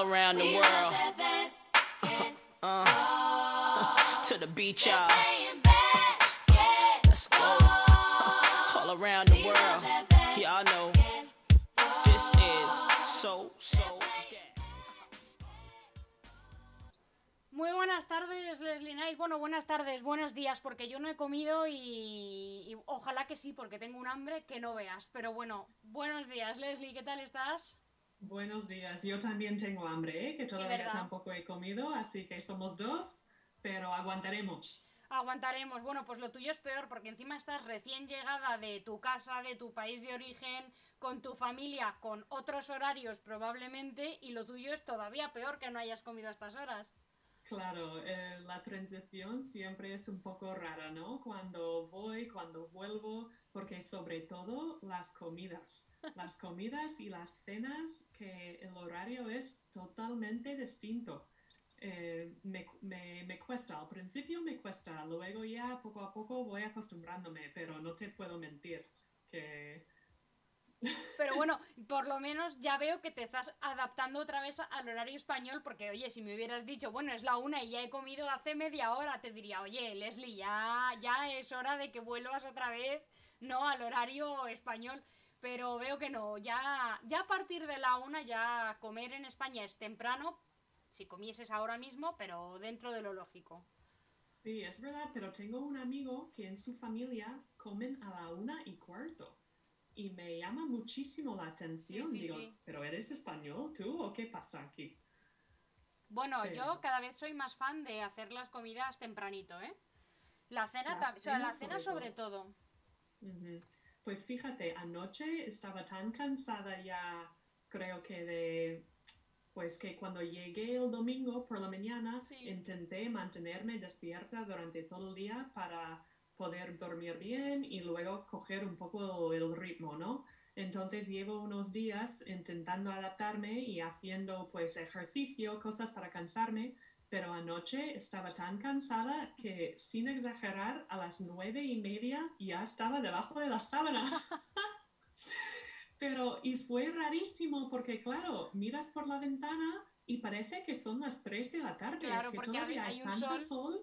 around the world. To the beach, y'all. Let's go. All around the world. Y'all know this is so dead. Muy buenas tardes, Leslie Knight. Bueno, buenas tardes, buenos días, porque yo no he comido y ojalá que sí, porque tengo un hambre que no veas. Pero bueno, buenos días, Leslie, ¿qué tal estás? Buenos días, yo también tengo hambre, que todavía ¿verdad? tampoco he comido, así que somos dos, pero aguantaremos. Aguantaremos. Bueno, pues lo tuyo es peor, porque encima estás recién llegada de tu casa, de tu país de origen, con tu familia, con otros horarios probablemente, y lo tuyo es todavía peor que no hayas comido a estas horas. Claro, la transición siempre es un poco rara, ¿no? Cuando voy, cuando vuelvo, porque sobre todo las comidas y las cenas, que el horario es totalmente distinto. Me cuesta, al principio me cuesta, luego ya poco a poco voy acostumbrándome, pero no te puedo mentir que Pero bueno, por lo menos ya veo que te estás adaptando otra vez al horario español, porque oye, si me hubieras dicho, bueno, es la 1 y ya he comido hace media hora, te diría, oye, Leslie, ya es hora de que vuelvas otra vez, no, al horario español. Pero veo que no, ya a partir de la 1 ya comer en España es temprano, si comieses ahora mismo, pero dentro de lo lógico. sí, es verdad, pero tengo un amigo que en su familia comen a la 1:15 y me llama muchísimo la Sí, atención. sí, Digo, sí. ¿pero eres español tú o qué pasa aquí? Bueno, yo Pero cada vez soy más fan de hacer las comidas tempranito, ¿eh? La cena, la o sea, cena la cena sobre sobre todo. todo. Ujú. Pues fíjate, anoche estaba tan cansada ya, creo que pues que cuando llegué el domingo por la mañana Sí. intenté mantenerme despierta durante todo el día para poder dormir bien y luego coger un poco el ritmo, ¿no? Entonces llevo unos días intentando adaptarme y haciendo pues ejercicio, cosas para cansarme, pero anoche estaba tan cansada que sin exagerar a las 9:30 ya estaba debajo de la sábana. Pero, y fue rarísimo porque, claro, miras por la ventana y parece que son las 3 de la tarde. Es Claro, que porque todavía hay hay un tanta sol. sol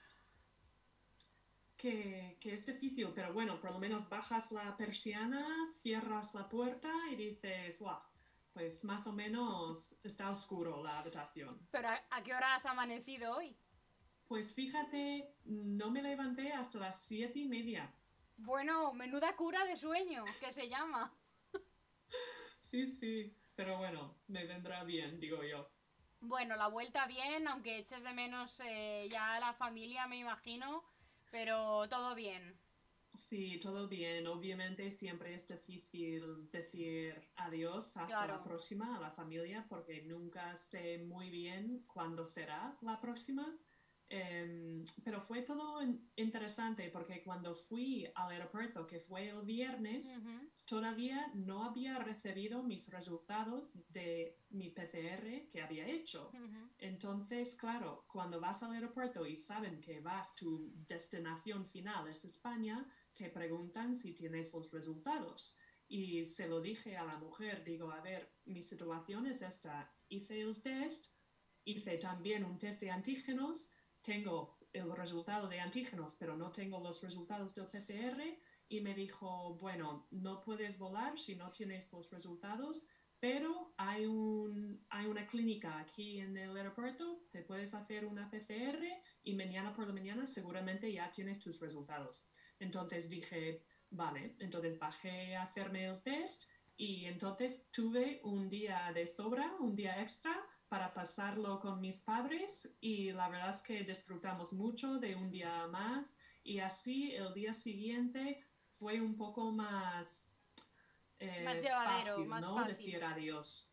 que es difícil. Pero bueno, por lo menos bajas la persiana, cierras la puerta y dices, wow, pues más o menos está oscuro la habitación. Pero ¿a qué hora has amanecido hoy? Pues fíjate, no me levanté hasta las 7:30. Bueno, menuda cura de sueño, que se llama. Sí, sí, pero bueno, me vendrá bien, digo yo. Bueno, la vuelta bien, aunque eches de menos ya a la familia, me imagino, pero todo bien. Sí, todo bien. Obviamente siempre es difícil decir adiós hasta la Claro. próxima a la familia porque nunca sé muy bien cuándo será la próxima. Pero fue todo interesante porque cuando fui al aeropuerto, que fue el viernes, Ujú. todavía no había recibido mis resultados de mi PCR que había hecho. Ujú. Entonces, claro, cuando vas al aeropuerto y saben que vas, tu destinación final es España, te preguntan si tienes los resultados. Y se lo dije a la mujer, digo, a ver, mi situación es esta. Hice el test, hice también un test de antígenos, tengo el resultado de antígenos, pero no tengo los resultados del PCR. Y me dijo, bueno, no puedes volar si no tienes los resultados, pero hay una clínica aquí en el aeropuerto, te puedes hacer una PCR y mañana por la mañana seguramente ya tienes tus resultados. Entonces dije, vale, entonces bajé a hacerme el test y entonces tuve un día de sobra, un día extra para pasarlo con mis padres y la verdad es que disfrutamos mucho de un día más y así el día siguiente fue un poco más Más llevadero, fácil, más ¿no? fácil. Decir adiós.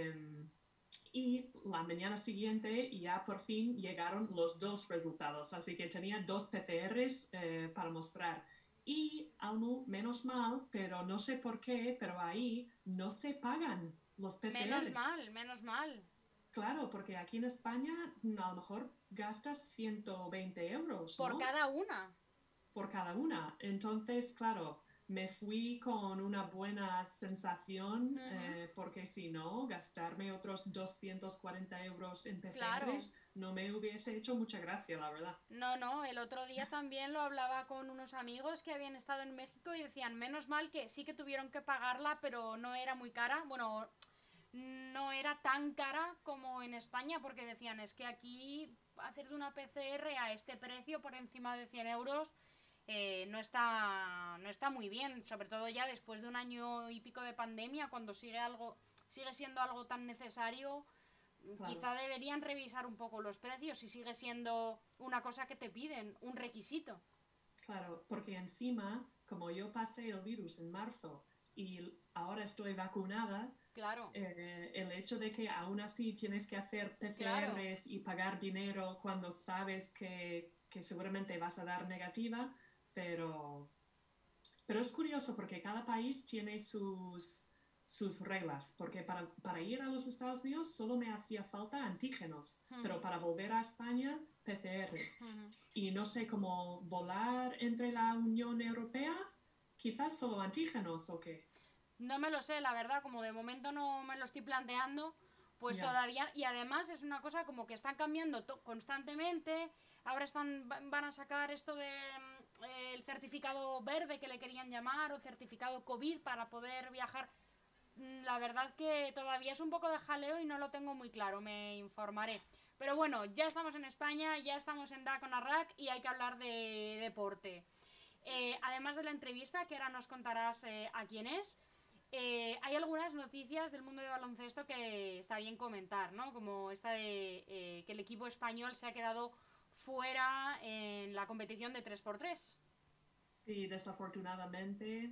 Y la mañana siguiente ya por fin llegaron los dos resultados, así que tenía dos PCRs para mostrar. Y algo menos mal, pero no sé por qué, pero ahí no se pagan los Menos PCRs. mal, menos mal. Claro, porque aquí en España a lo mejor gastas 120 euros, Por ¿no? cada una. Por cada una. Entonces, claro, me fui con una buena sensación, Ujú. porque si no, gastarme otros 240 euros en Claro. PCRs no me hubiese hecho mucha gracia, la verdad. No, no, el otro día también lo hablaba con unos amigos que habían estado en México y decían, menos mal que sí que tuvieron que pagarla, pero no era muy cara. Bueno, no era tan cara como en España, porque decían, es que aquí hacer de una PCR a este precio por encima de 100 euros no está muy bien, sobre todo ya después de un año y pico de pandemia, cuando sigue siendo algo tan necesario, Claro. quizá deberían revisar un poco los precios si sigue siendo una cosa que te piden, un requisito. Claro, porque encima, como yo pasé el virus en marzo y ahora estoy vacunada, Claro, el hecho de que aún así tienes que hacer claro. PCRs y pagar dinero cuando sabes que seguramente vas a dar negativa, pero, pero es curioso porque cada país tiene sus reglas, porque para ir a los Estados Unidos solo me hacía falta antígenos, pero para volver a España, PCR. Y no sé cómo volar entre la Unión Europea, quizás solo antígenos o qué. No me lo sé, la verdad, como de momento no me lo estoy planteando, pues Ya, todavía, y además es una cosa como que están cambiando constantemente, ahora van a sacar esto de el certificado verde que le querían llamar, o certificado COVID para poder viajar. La verdad que todavía es un poco de jaleo y no lo tengo muy claro, me informaré. Pero bueno, ya estamos en España, ya estamos en Dakar Arrak y hay que hablar de deporte. Además de la entrevista, que ahora nos contarás a quién es, hay algunas noticias del mundo de baloncesto que está bien comentar, ¿no? Como esta de que el equipo español se ha quedado fuera en la competición de 3x3. sí, desafortunadamente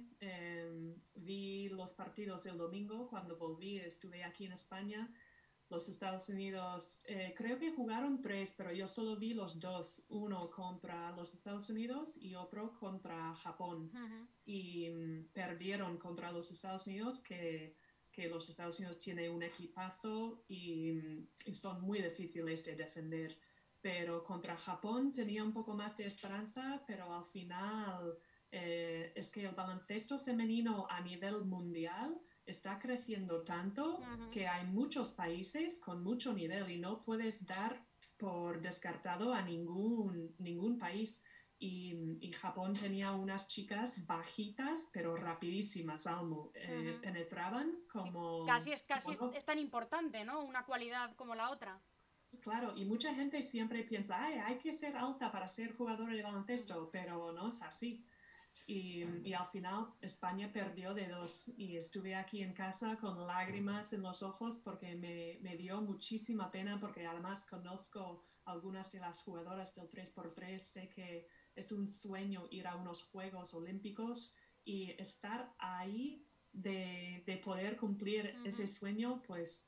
vi los partidos el domingo cuando volví, estuve aquí en España. Los Estados Unidos, creo que jugaron tres, pero yo solo vi los dos, uno contra los Estados Unidos y otro contra Japón. Uh-huh. Y perdieron contra los Estados Unidos, que los Estados Unidos tienen un equipazo y son muy difíciles de defender. Pero contra Japón tenía un poco más de esperanza, pero al final es que el baloncesto femenino a nivel mundial está creciendo tanto Uh-huh. que hay muchos países con mucho nivel y no puedes dar por descartado a ningún país. Y Japón tenía unas chicas bajitas, pero rapidísimas, Almo. Uh-huh. Penetraban Que como casi no. es tan importante, ¿no? Una cualidad como la otra. Claro, y mucha gente siempre piensa, ay, hay que ser alta para ser jugadora de baloncesto, pero no es así. Y al final España perdió de dos y estuve aquí en casa con lágrimas en los ojos porque me dio muchísima pena porque además conozco algunas de las jugadoras del 3x3, sé que es un sueño ir a unos Juegos Olímpicos y estar ahí de poder cumplir ese Uh-huh. sueño, pues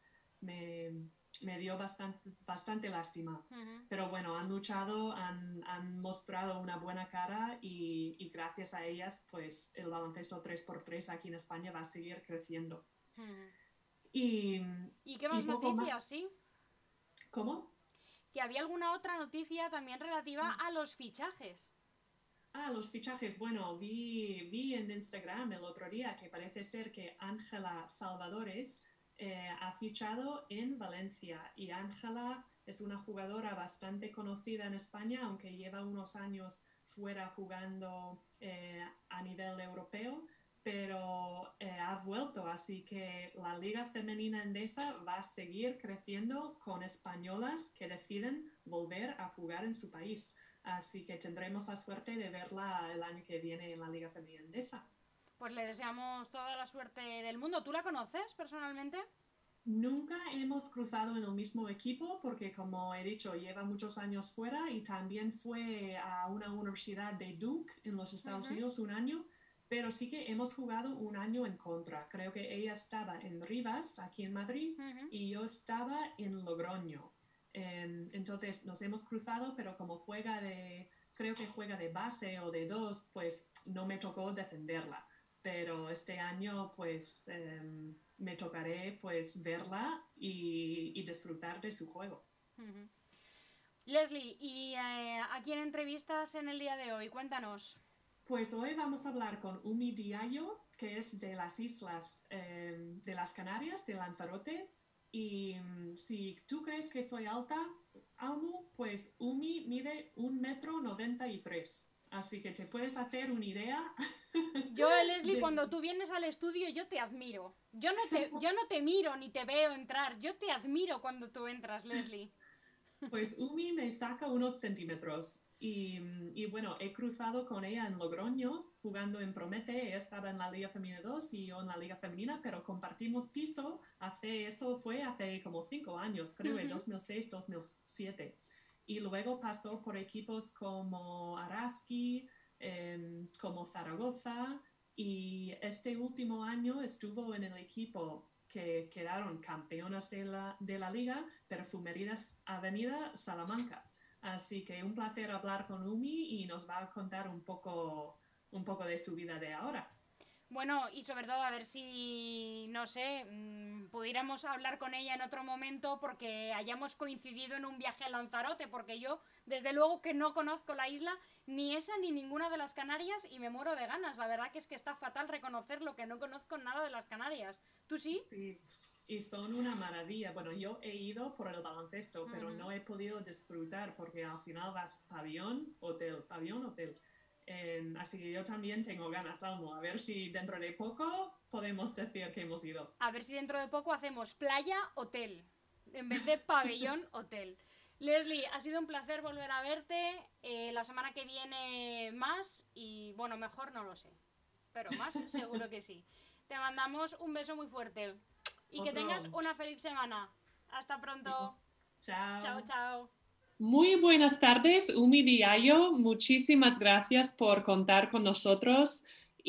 me dio bastante lástima. Uh-huh. Pero bueno, han luchado, han mostrado una buena cara y gracias a ellas, pues el baloncesto 3x3 aquí en España va a seguir creciendo. Uh-huh. Y, ¿Y qué y más poco más. noticias? Sí. ¿Cómo? Que había alguna otra noticia también relativa Ah, a los fichajes. los fichajes. Bueno, vi en Instagram el otro día que parece ser que Ángela Salvadores ha fichado en Valencia y Ángela es una jugadora bastante conocida en España, aunque lleva unos años fuera jugando a nivel europeo, pero ha vuelto, así que la Liga Femenina Endesa va a seguir creciendo con españolas que deciden volver a jugar en su país. Así que tendremos la suerte de verla el año que viene en la Liga Femenina Endesa. Pues le deseamos toda la suerte del mundo. ¿Tú la conoces personalmente? Nunca hemos cruzado en el mismo equipo porque, como he dicho, lleva muchos años fuera y también fue a una universidad de Duke en los Estados Uh-huh. Unidos un año, pero sí que hemos jugado un año en contra. Creo que ella estaba en Rivas, aquí en Madrid, Uh-huh. y yo estaba en Logroño. Entonces nos hemos cruzado, pero como creo que juega de base o de dos, pues no me tocó defenderla. Pero este año, pues me tocaré pues verla y disfrutar de su juego. Uh-huh. Leslie, ¿y a quién entrevistas en el día de hoy? Cuéntanos. Pues hoy vamos a hablar con Umi Diallo, que es de las islas de las Canarias, de Lanzarote. Y si tú crees que soy alta, Almu, pues Umi mide 1,93 m. Así que te puedes hacer una idea. Yo, Leslie, cuando tú vienes al estudio, yo te admiro. Yo no te miro ni te veo entrar. Yo te admiro cuando tú entras, Leslie. Pues Umi me saca unos centímetros. Y bueno, he cruzado con ella en Logroño, jugando en Promete. Ella estaba en la Liga Femenina 2 y yo en la Liga Femenina, pero compartimos piso. Eso fue hace como 5 años, creo, en 2006, 2007. Y luego pasó por equipos como Araski, como Zaragoza. Y este último año estuvo en el equipo que quedaron campeonas de la liga, Perfumerías Avenida Salamanca. Así que un placer hablar con Umi y nos va a contar un poco de su vida de ahora. Bueno, y sobre todo a ver si, no sé, pudiéramos hablar con ella en otro momento porque hayamos coincidido en un viaje a Lanzarote, porque yo, desde luego que no conozco la isla, ni esa ni ninguna de las Canarias, y me muero de ganas. La verdad que es que está fatal reconocerlo, que no conozco nada de las Canarias. ¿Tú sí? Sí, y son una maravilla. Bueno, yo he ido por el baloncesto, pero no he podido disfrutar porque al final vas pabellón, hotel, pabellón, hotel. Así que yo también tengo ganas, Almo. A ver si dentro de poco podemos decir que hemos ido. A ver si dentro de poco hacemos playa, hotel, en vez de pabellón, hotel. Leslie, ha sido un placer volver a verte. La semana que viene más y, bueno, mejor no lo sé. Pero más seguro que sí. Te mandamos un beso muy fuerte. Y que tengas una feliz semana. Hasta pronto. Chao. Chao, chao. Muy buenas tardes, Umi Diallo. Muchísimas gracias por contar con nosotros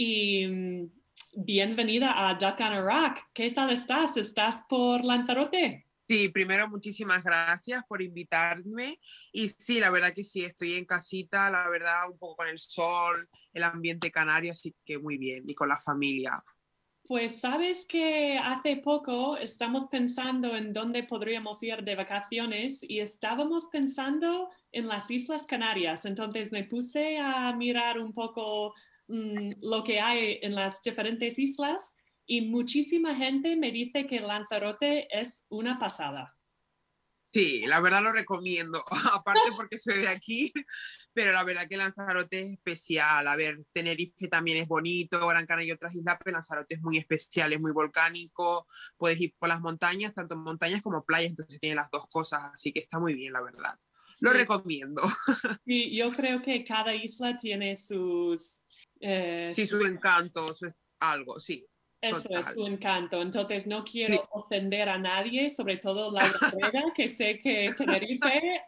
y bienvenida a Duck on a Rock. ¿Qué tal estás? ¿Estás por Lanzarote? Sí, primero muchísimas gracias por invitarme y sí, la verdad que sí, estoy en casita, la verdad un poco con el sol, el ambiente canario, así que muy bien y con la familia. Pues sabes que hace poco estamos pensando en dónde podríamos ir de vacaciones y estábamos pensando en las Islas Canarias. Entonces me puse a mirar un poco lo que hay en las diferentes islas y muchísima gente me dice que Lanzarote es una pasada. Sí, la verdad lo recomiendo, aparte porque soy de aquí, pero la verdad que Lanzarote es especial. A ver, Tenerife también es bonito, Gran Canaria y otras islas, pero Lanzarote es muy especial, es muy volcánico, puedes ir por las montañas, tanto montañas como playas, entonces tiene las dos cosas, así que está muy bien, la verdad. Sí. Lo recomiendo. Sí, yo creo que cada isla tiene sus... sí, su encanto, algo, sí. Eso total. Es su encanto. Entonces no quiero ofender a nadie, sobre todo Laura Vega, que sé que Tenerife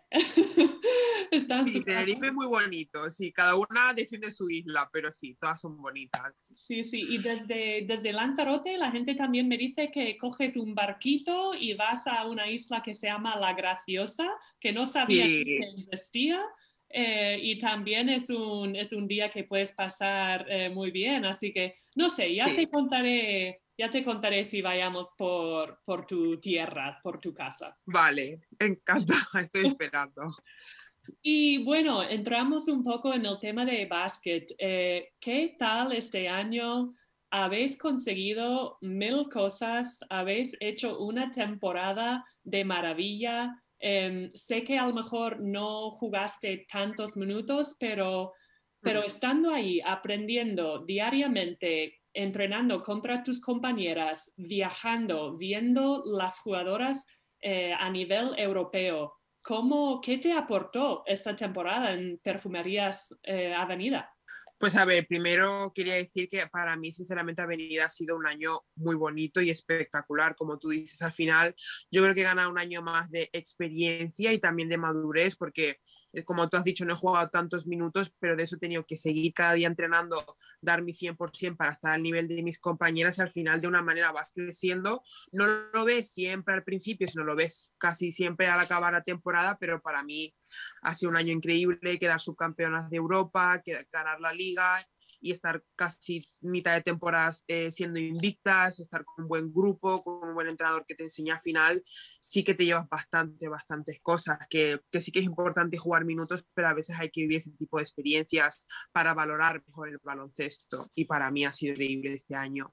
está sí, Tenerife es muy bonito. Sí, cada una defiende su isla, pero sí, todas son bonitas. Sí, sí. Y desde Lanzarote la gente también me dice que coges un barquito y vas a una isla que se llama La Graciosa, que no sabía que existía. Y también es un día que puedes pasar muy bien, así que no sé, ya te contaré si vayamos por tu tierra, por tu casa. Vale, encanta, estoy esperando. Y bueno, entramos un poco en el tema de básquet. ¿Qué tal este año? Habéis conseguido 1000 cosas, habéis hecho una temporada de maravilla. Sé que a lo mejor no jugaste tantos minutos, pero estando ahí, aprendiendo diariamente, entrenando contra tus compañeras, viajando, viendo las jugadoras a nivel europeo, ¿qué te aportó esta temporada en Perfumerías Avenida? Pues a ver, primero quería decir que para mí, sinceramente, Avenida ha sido un año muy bonito y espectacular. Como tú dices, al final yo creo que he ganado un año más de experiencia y también de madurez, porque como tú has dicho, no he jugado tantos minutos, pero de eso he tenido que seguir cada día entrenando, dar mi 100% para estar al nivel de mis compañeras y al final de una manera vas creciendo. No lo ves siempre al principio, sino lo ves casi siempre al acabar la temporada, pero para mí ha sido un año increíble, quedar subcampeonas de Europa, ganar la Liga y estar casi mitad de temporadas siendo invictas, estar con un buen grupo, con un buen entrenador que te enseña al final, sí que te llevas bastantes cosas, que sí que es importante jugar minutos, pero a veces hay que vivir ese tipo de experiencias para valorar mejor el baloncesto. Y para mí ha sido increíble este año.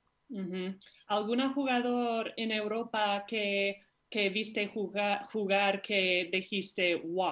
¿Algún jugador en Europa que viste jugar que dijiste, wow,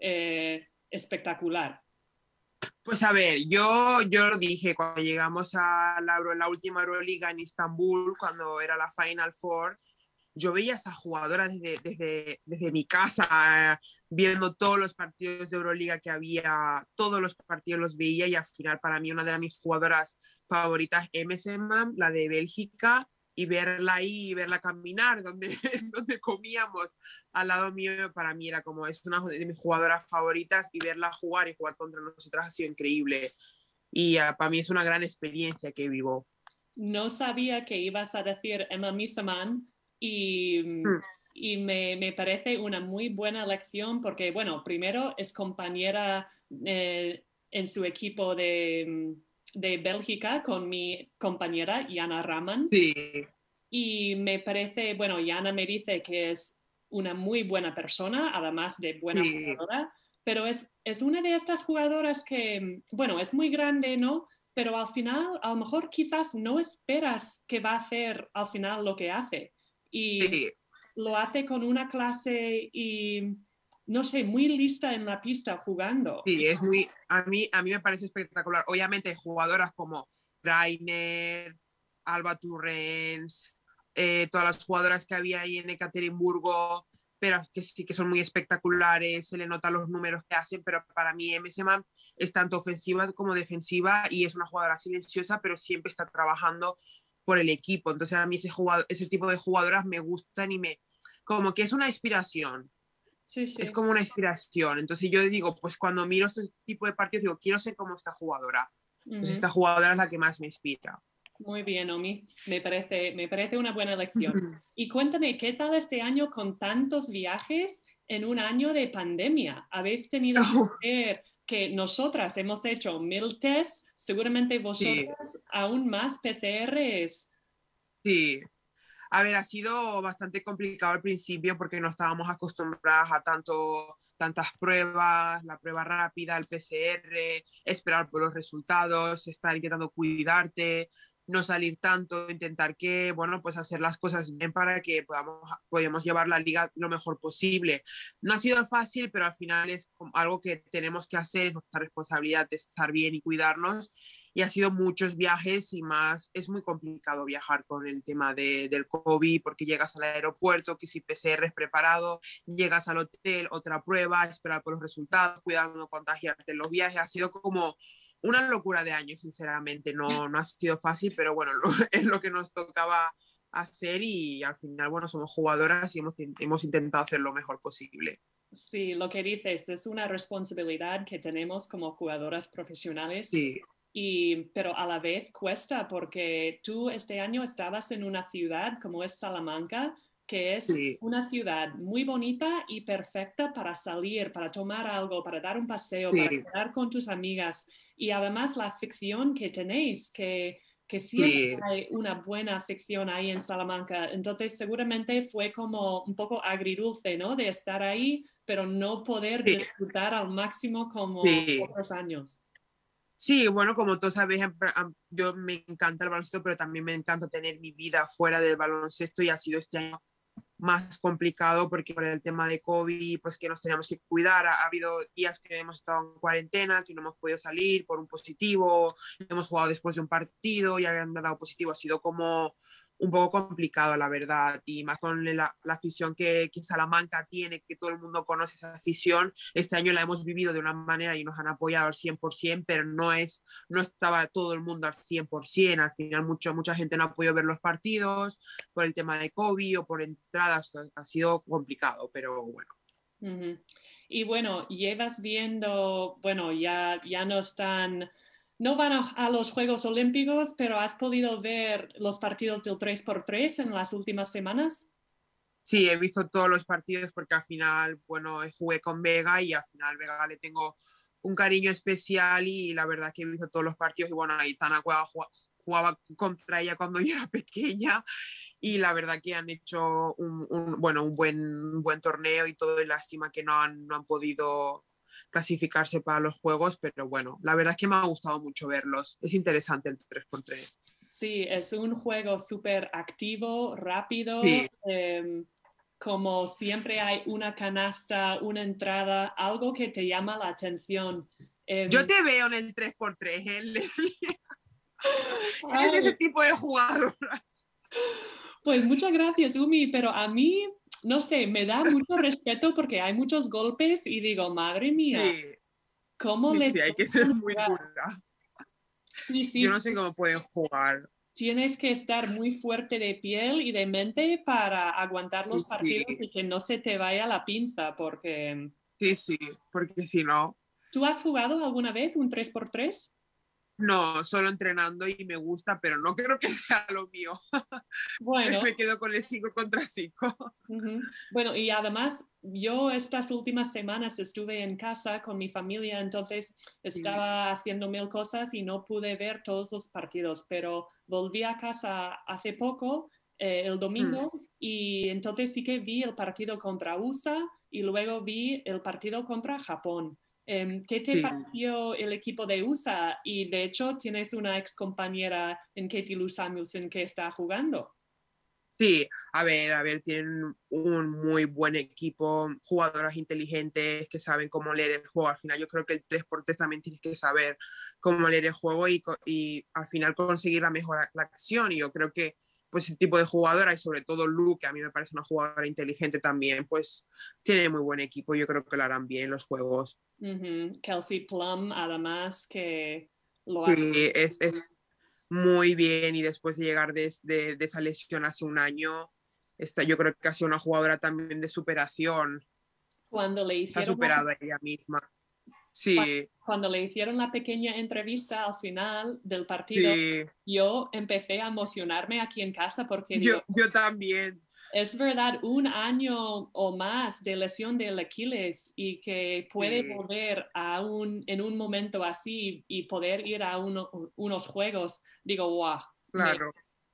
espectacular? Pues a ver, yo lo dije cuando llegamos a la última Euroliga en Estambul, cuando era la Final Four, yo veía a esas jugadoras desde mi casa, viendo todos los partidos de Euroliga que había, todos los partidos los veía y al final para mí una de mis jugadoras favoritas, Emma, la de Bélgica, y verla ahí, y verla caminar donde, donde comíamos al lado mío, para mí era como, es una de mis jugadoras favoritas y verla jugar y jugar contra nosotras ha sido increíble. Y para mí es una gran experiencia que vivo. No sabía que ibas a decir Emma Missaman y me parece una muy buena elección porque, bueno, primero es compañera en su equipo de Bélgica con mi compañera Yana Raman. Sí. Y me parece, bueno, Yana me dice que es una muy buena persona, además de buena jugadora, pero es una de estas jugadoras que, bueno, es muy grande, ¿no? Pero al final, a lo mejor quizás no esperas que va a hacer al final lo que hace. Y lo hace con una clase y, no sé, muy lista en la pista jugando. Sí, es muy, a mí me parece espectacular. Obviamente hay jugadoras como Rainer, Alba Turrens, todas las jugadoras que había ahí en Ekaterimburgo, pero que sí que son muy espectaculares, se le notan los números que hacen, pero para mí MSM es tanto ofensiva como defensiva y es una jugadora silenciosa, pero siempre está trabajando por el equipo. Entonces a mí ese tipo de jugadoras me gustan y como que es una inspiración. Sí, sí. Es como una inspiración. Entonces yo digo, pues cuando miro este tipo de partidos, digo, quiero ser como esta jugadora. Pues esta jugadora es la que más me inspira. Muy bien, Omi. Me parece una buena elección. Y cuéntame, ¿qué tal este año con tantos viajes en un año de pandemia? ¿Habéis tenido que ver que nosotras hemos hecho 1000 tests? Seguramente vosotras aún más PCRs. Sí. A ver, ha sido bastante complicado al principio porque no estábamos acostumbradas a tantas pruebas, la prueba rápida, el PCR, esperar por los resultados, estar intentando cuidarte, no salir tanto, intentar que, bueno, pues hacer las cosas bien para que podamos llevar la liga lo mejor posible. No ha sido fácil, pero al final es algo que tenemos que hacer, es nuestra responsabilidad de estar bien y cuidarnos. Y ha sido muchos viajes y más, es muy complicado viajar con el tema del COVID porque llegas al aeropuerto, que si PCR es preparado, llegas al hotel, otra prueba, esperar por los resultados, cuidando no contagiarte en los viajes, ha sido como una locura de año, sinceramente, no ha sido fácil, pero bueno, es lo que nos tocaba hacer y al final, bueno, somos jugadoras y hemos intentado hacer lo mejor posible. Sí, lo que dices es una responsabilidad que tenemos como jugadoras profesionales. Sí. Pero a la vez cuesta porque tú este año estabas en una ciudad como es Salamanca, que es una ciudad muy bonita y perfecta para salir, para tomar algo, para dar un paseo, para estar con tus amigas. Y además la afición que tenéis, que siempre hay una buena afición ahí en Salamanca. Entonces seguramente fue como un poco agridulce, ¿no? De estar ahí, pero no poder disfrutar al máximo como otros años. Sí, bueno, como todos sabéis, yo me encanta el baloncesto, pero también me encanta tener mi vida fuera del baloncesto y ha sido este año más complicado porque por el tema de COVID, pues que nos teníamos que cuidar. Ha habido días que hemos estado en cuarentena, que no hemos podido salir por un positivo, hemos jugado después de un partido y han dado positivo. Ha sido como un poco complicado, la verdad, y más con la afición que Salamanca tiene, que todo el mundo conoce esa afición. Este año la hemos vivido de una manera y nos han apoyado al 100%, pero no estaba todo el mundo al 100%. Al final mucha gente no ha podido ver los partidos por el tema de COVID o por entradas. Ha sido complicado, pero bueno. Y bueno, llevas viendo, bueno, ya no están... No van a los Juegos Olímpicos, pero ¿has podido ver los partidos del 3x3 en las últimas semanas? Sí, he visto todos los partidos porque al final, bueno, jugué con Vega y al final Vega le tengo un cariño especial y la verdad que he visto todos los partidos y bueno, Aitana jugaba contra ella cuando yo era pequeña y la verdad que han hecho un buen torneo y todo, y lástima que no han podido clasificarse para los juegos, pero bueno, la verdad es que me ha gustado mucho verlos. Es interesante el 3x3. Sí, es un juego súper activo, rápido. Sí. Como siempre hay una canasta, una entrada, algo que te llama la atención. Yo te veo en el 3x3, Leslie. Ay, En ese tipo de jugadora. pues muchas gracias, Umi, pero a mí, no sé, me da mucho respeto porque hay muchos golpes y digo, madre mía, Sí, ¿cómo le sí, hay que ser tocan muy jugar? dura. Sí, Yo no sé cómo pueden jugar. tienes que estar muy fuerte de piel y de mente para aguantar los partidos Sí, y que no se te vaya la pinza, porque sí, porque si no, ¿tú has jugado alguna vez un 3x3? no, solo entrenando y me gusta, pero no creo que sea lo mío. Bueno, Me quedo con el 5 contra 5. bueno, y además yo estas últimas semanas estuve en casa con mi familia, entonces estaba haciendo mil cosas y no pude ver todos los partidos, pero volví a casa hace poco, el domingo, y entonces sí que vi el partido contra USA y luego vi el partido contra Japón. ¿Qué te Sí. pareció el equipo de USA? Y de hecho tienes una ex compañera en Katie Lou Samuelson que está jugando. Sí, a ver, tienen un muy buen equipo, jugadoras inteligentes que saben cómo leer el juego. Al final yo creo que el 3x3 también tienes que saber cómo leer el juego y al final conseguir la acción. Y yo creo que pues ese tipo de jugadora y sobre todo Lu, que a mí me parece una jugadora inteligente también, pues tiene muy buen equipo. Yo creo que lo harán bien los juegos. Kelsey Plum, además, que lo ha... Sí, es muy bien y después de llegar de esa lesión hace un año, yo creo que ha sido una jugadora también de superación. Cuando le Se ha hicieron superado a ella misma. Sí, cuando le hicieron la pequeña entrevista al final del partido, sí. yo empecé a emocionarme aquí en casa porque digo, Yo también. es verdad, un año o más de lesión del Aquiles y que puede Sí, volver en un momento así y poder ir a unos juegos. Digo, wow. claro.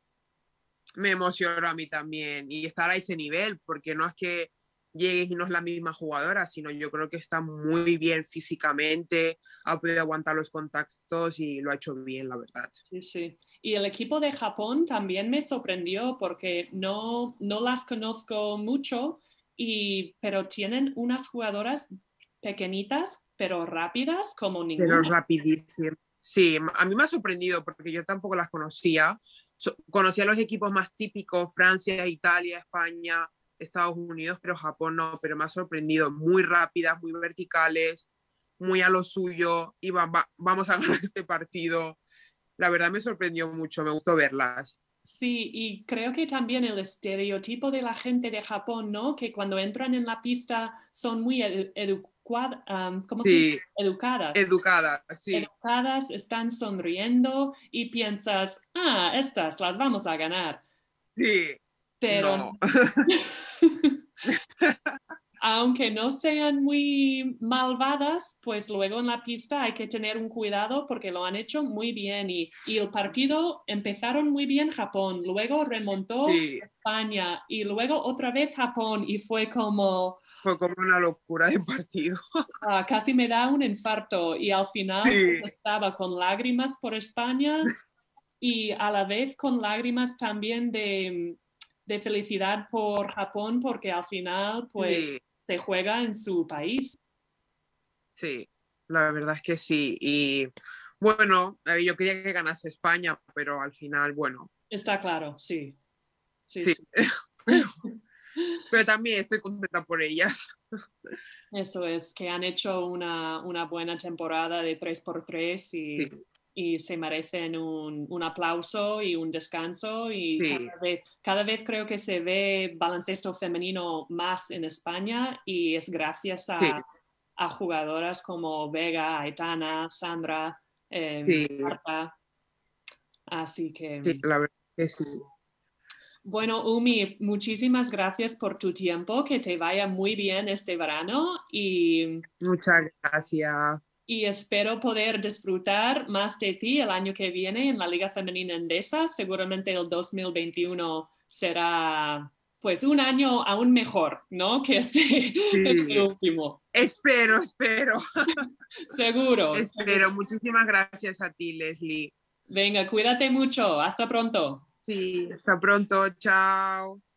Me emocionó a mí también. Y estar a ese nivel, porque no es que llegues y no es la misma jugadora, sino yo creo que está muy bien físicamente, ha podido aguantar los contactos y lo ha hecho bien, la verdad. Sí, sí. Y el equipo de Japón también me sorprendió porque no las conozco mucho, pero tienen unas jugadoras pequeñitas, pero rápidas como Pero ninguna. rapidísimo. Sí, a mí me ha sorprendido porque yo tampoco las conocía. Conocía los equipos más típicos, Francia, Italia, España, Estados Unidos, pero Japón no, pero me ha sorprendido. Muy rápidas, muy verticales, muy a lo suyo, y vamos a ganar este partido. La verdad me sorprendió mucho, me gustó verlas. Sí, y creo que también el estereotipo de la gente de Japón, ¿no? Que cuando entran en la pista son muy ¿cómo se dice? Sí, Educadas. educada, sí, Educadas, están sonriendo y piensas, estas las vamos a ganar. sí, Pero no. aunque no sean muy malvadas, pues luego en la pista hay que tener un cuidado porque lo han hecho muy bien y el partido empezaron muy bien Japón, luego remontó Sí, España y luego otra vez Japón y fue como fue como una locura de partido. casi me da un infarto y al final Sí, pues, estaba con lágrimas por España y a la vez con lágrimas también de felicidad por Japón porque al final pues sí. se juega en su país. Sí, la verdad es que sí. Y bueno, yo quería que ganase España, pero al final, bueno, Está claro, sí. Sí, sí. sí. Pero, pero también estoy contenta por ellas. Eso es, que han hecho una buena temporada de 3x3 Sí, y se merecen un aplauso y un descanso y sí, cada vez creo que se ve baloncesto femenino más en España y es gracias sí, a jugadoras como Vega, Aitana, Sandra, sí, Marta. Así que, sí, la verdad que sí. bueno, Umi, muchísimas gracias por tu tiempo, que te vaya muy bien este verano Muchas gracias. y espero poder disfrutar más de ti el año que viene en la Liga Femenina Endesa. Seguramente el 2021 será pues un año aún mejor, ¿no? Que este último. Espero. Seguro. Espero. Muchísimas gracias a ti, Leslie. Venga, cuídate mucho. Hasta pronto. Sí, hasta pronto. Chao.